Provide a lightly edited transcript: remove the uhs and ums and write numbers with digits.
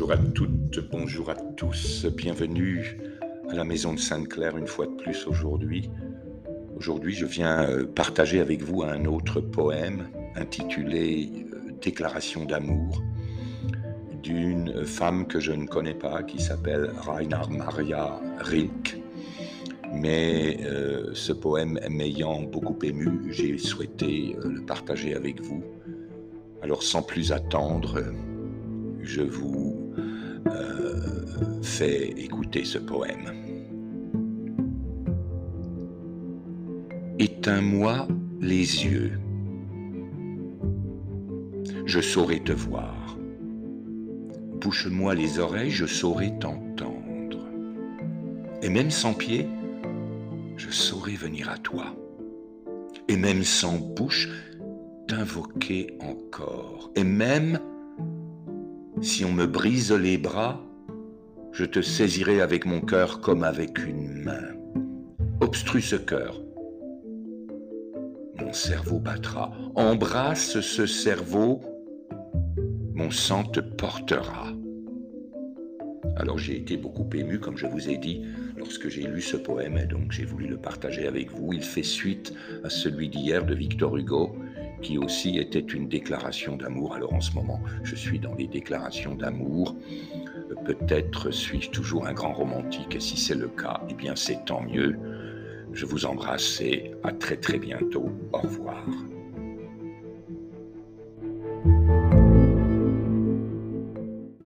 Bonjour à toutes, bonjour à tous, bienvenue à la Maison de Sainte-Claire une fois de plus aujourd'hui. Aujourd'hui, je viens partager avec vous un autre poème intitulé Déclaration d'amour d'une femme que je ne connais pas qui s'appelle Rainer Maria Rilke. Mais ce poème m'ayant beaucoup ému, j'ai souhaité le partager avec vous. Alors sans plus attendre, je vous fais écouter ce poème. Éteins-moi les yeux, je saurai te voir. Bouche-moi les oreilles, je saurai t'entendre. Et même sans pied, je saurai venir à toi. Et même sans bouche, t'invoquer encore. Et même si on me brise les bras, je te saisirai avec mon cœur comme avec une main. Obstrue ce cœur. Mon cerveau battra. Embrasse ce cerveau, mon sang te portera. Alors j'ai été beaucoup ému, comme je vous ai dit, lorsque j'ai lu ce poème, et donc j'ai voulu le partager avec vous. Il fait suite à celui d'hier de Victor Hugo, qui aussi était une déclaration d'amour. Alors en ce moment, je suis dans les déclarations d'amour. Peut-être suis-je toujours un grand romantique, et si c'est le cas, eh bien c'est tant mieux. Je vous embrasse et à très très bientôt. Au revoir.